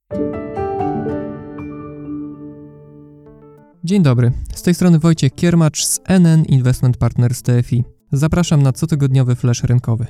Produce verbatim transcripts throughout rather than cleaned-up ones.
Dzień dobry, z tej strony Wojciech Kiermacz z N N Investment Partners T F I. Zapraszam na cotygodniowy flash rynkowy.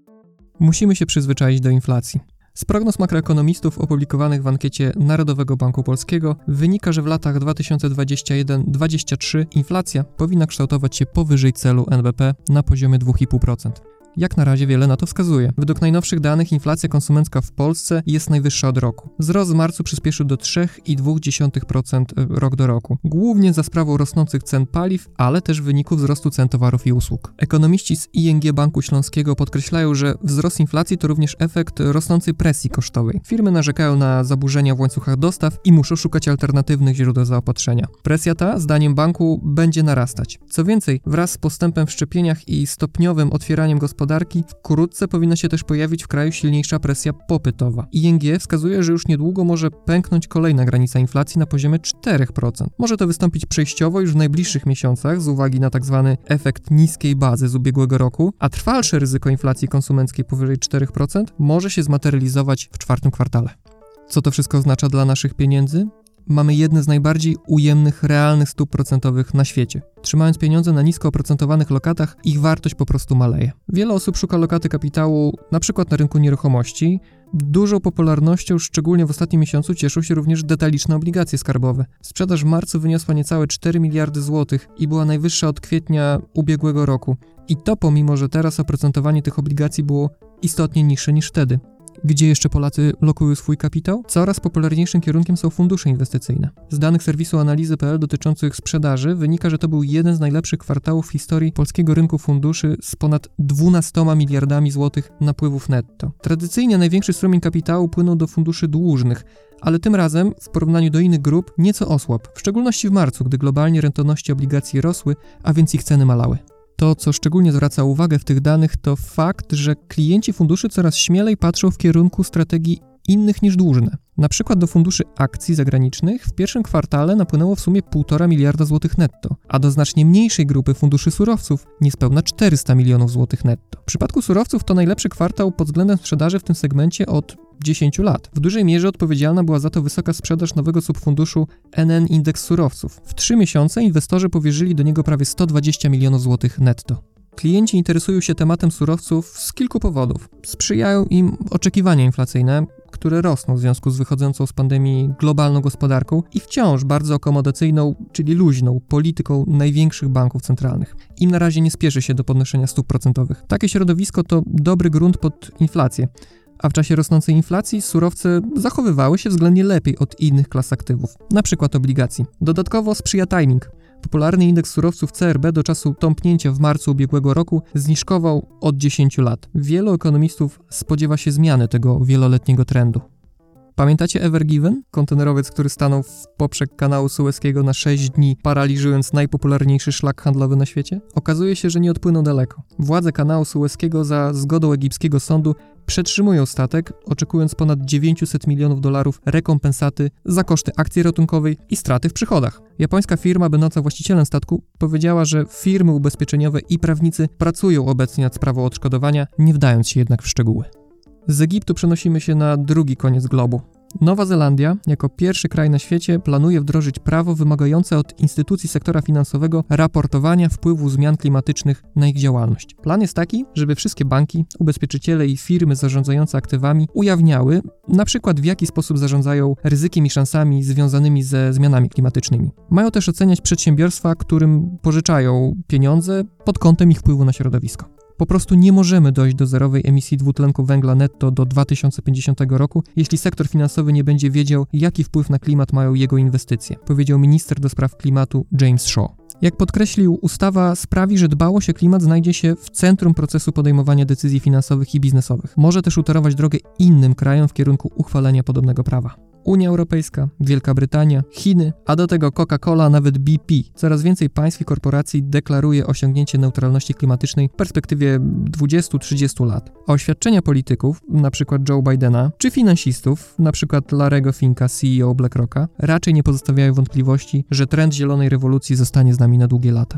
Musimy się przyzwyczaić do inflacji. Z prognoz makroekonomistów opublikowanych w ankiecie Narodowego Banku Polskiego wynika, że w latach dwa tysiące dwudziestym pierwszym do dwa tysiące dwudziestego trzeciego inflacja powinna kształtować się powyżej celu N B P na poziomie dwa i pół procent. Jak na razie wiele na to wskazuje. Według najnowszych danych inflacja konsumencka w Polsce jest najwyższa od roku. Wzrost w marcu przyspieszył do trzy i dwa dziesiąte procent rok do roku. Głównie za sprawą rosnących cen paliw, ale też w wyniku wzrostu cen towarów i usług. Ekonomiści z I N G Banku Śląskiego podkreślają, że wzrost inflacji to również efekt rosnącej presji kosztowej. Firmy narzekają na zaburzenia w łańcuchach dostaw i muszą szukać alternatywnych źródeł zaopatrzenia. Presja ta, zdaniem banku, będzie narastać. Co więcej, wraz z postępem w szczepieniach i stopniowym otwieraniem gospodarki wkrótce powinna się też pojawić w kraju silniejsza presja popytowa. I N G wskazuje, że już niedługo może pęknąć kolejna granica inflacji na poziomie cztery procent. Może to wystąpić przejściowo już w najbliższych miesiącach z uwagi na tzw. efekt niskiej bazy z ubiegłego roku, a trwalsze ryzyko inflacji konsumenckiej powyżej cztery procent może się zmaterializować w czwartym kwartale. Co to wszystko oznacza dla naszych pieniędzy? Mamy jedne z najbardziej ujemnych, realnych stóp procentowych na świecie. Trzymając pieniądze na nisko oprocentowanych lokatach, ich wartość po prostu maleje. Wiele osób szuka lokaty kapitału, na przykład na rynku nieruchomości. Dużą popularnością, szczególnie w ostatnim miesiącu, cieszą się również detaliczne obligacje skarbowe. Sprzedaż w marcu wyniosła niecałe cztery miliardy złotych i była najwyższa od kwietnia ubiegłego roku. I to pomimo, że teraz oprocentowanie tych obligacji było istotnie niższe niż wtedy. Gdzie jeszcze Polacy lokują swój kapitał? Coraz popularniejszym kierunkiem są fundusze inwestycyjne. Z danych serwisu analizy kropka p l dotyczących sprzedaży wynika, że to był jeden z najlepszych kwartałów w historii polskiego rynku funduszy z ponad dwunastoma miliardami złotych napływów netto. Tradycyjnie największy strumień kapitału płynął do funduszy dłużnych, ale tym razem w porównaniu do innych grup nieco osłabł, w szczególności w marcu, gdy globalnie rentowności obligacji rosły, a więc ich ceny malały. To, co szczególnie zwraca uwagę w tych danych, to fakt, że klienci funduszy coraz śmielej patrzą w kierunku strategii innych niż dłużne. Na przykład do funduszy akcji zagranicznych w pierwszym kwartale napłynęło w sumie półtora miliarda złotych netto, a do znacznie mniejszej grupy funduszy surowców niespełna czterysta milionów złotych netto. W przypadku surowców to najlepszy kwartał pod względem sprzedaży w tym segmencie od dziesięciu lat. W dużej mierze odpowiedzialna była za to wysoka sprzedaż nowego subfunduszu N N Indeks Surowców. W trzy miesiące inwestorzy powierzyli do niego prawie sto dwadzieścia milionów złotych netto. Klienci interesują się tematem surowców z kilku powodów. Sprzyjają im oczekiwania inflacyjne, które rosną w związku z wychodzącą z pandemii globalną gospodarką i wciąż bardzo akomodacyjną, czyli luźną, polityką największych banków centralnych. Im na razie nie spieszy się do podnoszenia stóp procentowych. Takie środowisko to dobry grunt pod inflację, a w czasie rosnącej inflacji surowce zachowywały się względnie lepiej od innych klas aktywów, np. obligacji. Dodatkowo sprzyja timing. Popularny indeks surowców C R B do czasu tąpnięcia w marcu ubiegłego roku zniżkował od dziesięciu lat. Wielu ekonomistów spodziewa się zmiany tego wieloletniego trendu. Pamiętacie Ever Given? Kontenerowiec, który stanął w poprzek kanału Sueskiego na sześć dni, paraliżując najpopularniejszy szlak handlowy na świecie? Okazuje się, że nie odpłynął daleko. Władze kanału Sueskiego za zgodą egipskiego sądu przetrzymują statek, oczekując ponad dziewięćset milionów dolarów rekompensaty za koszty akcji ratunkowej i straty w przychodach. Japońska firma będąca właścicielem statku powiedziała, że firmy ubezpieczeniowe i prawnicy pracują obecnie nad sprawą odszkodowania, nie wdając się jednak w szczegóły. Z Egiptu przenosimy się na drugi koniec globu. Nowa Zelandia, jako pierwszy kraj na świecie, planuje wdrożyć prawo wymagające od instytucji sektora finansowego raportowania wpływu zmian klimatycznych na ich działalność. Plan jest taki, żeby wszystkie banki, ubezpieczyciele i firmy zarządzające aktywami ujawniały, na przykład w jaki sposób zarządzają ryzykiem i szansami związanymi ze zmianami klimatycznymi. Mają też oceniać przedsiębiorstwa, którym pożyczają pieniądze pod kątem ich wpływu na środowisko. Po prostu nie możemy dojść do zerowej emisji dwutlenku węgla netto do dwa tysiące pięćdziesiątego roku, jeśli sektor finansowy nie będzie wiedział, jaki wpływ na klimat mają jego inwestycje, powiedział minister do spraw klimatu James Shaw. Jak podkreślił, ustawa sprawi, że dbałość o klimat znajdzie się w centrum procesu podejmowania decyzji finansowych i biznesowych. Może też utorować drogę innym krajom w kierunku uchwalenia podobnego prawa. Unia Europejska, Wielka Brytania, Chiny, a do tego Coca-Cola, nawet B P. Coraz więcej państw i korporacji deklaruje osiągnięcie neutralności klimatycznej w perspektywie dwudziestu do trzydziestu lat. A oświadczenia polityków, np. Joe Bidena, czy finansistów, np. Larry'ego Finka, C E O BlackRocka, raczej nie pozostawiają wątpliwości, że trend zielonej rewolucji zostanie z nami na długie lata.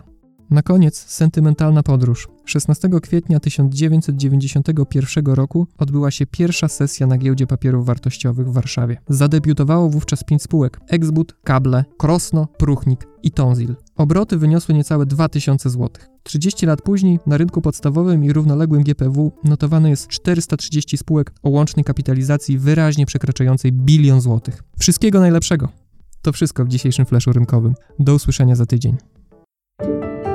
Na koniec sentymentalna podróż. szesnastego kwietnia tysiąc dziewięćset dziewięćdziesiątego pierwszego roku odbyła się pierwsza sesja na giełdzie papierów wartościowych w Warszawie. Zadebiutowało wówczas pięć spółek: Exbud, Kable, Krosno, Pruchnik i Tonsil. Obroty wyniosły niecałe dwa tysiące złotych. trzydzieści lat później na rynku podstawowym i równoległym G P W notowane jest czterysta trzydzieści spółek o łącznej kapitalizacji wyraźnie przekraczającej bilion złotych. Wszystkiego najlepszego! To wszystko w dzisiejszym flashu rynkowym. Do usłyszenia za tydzień.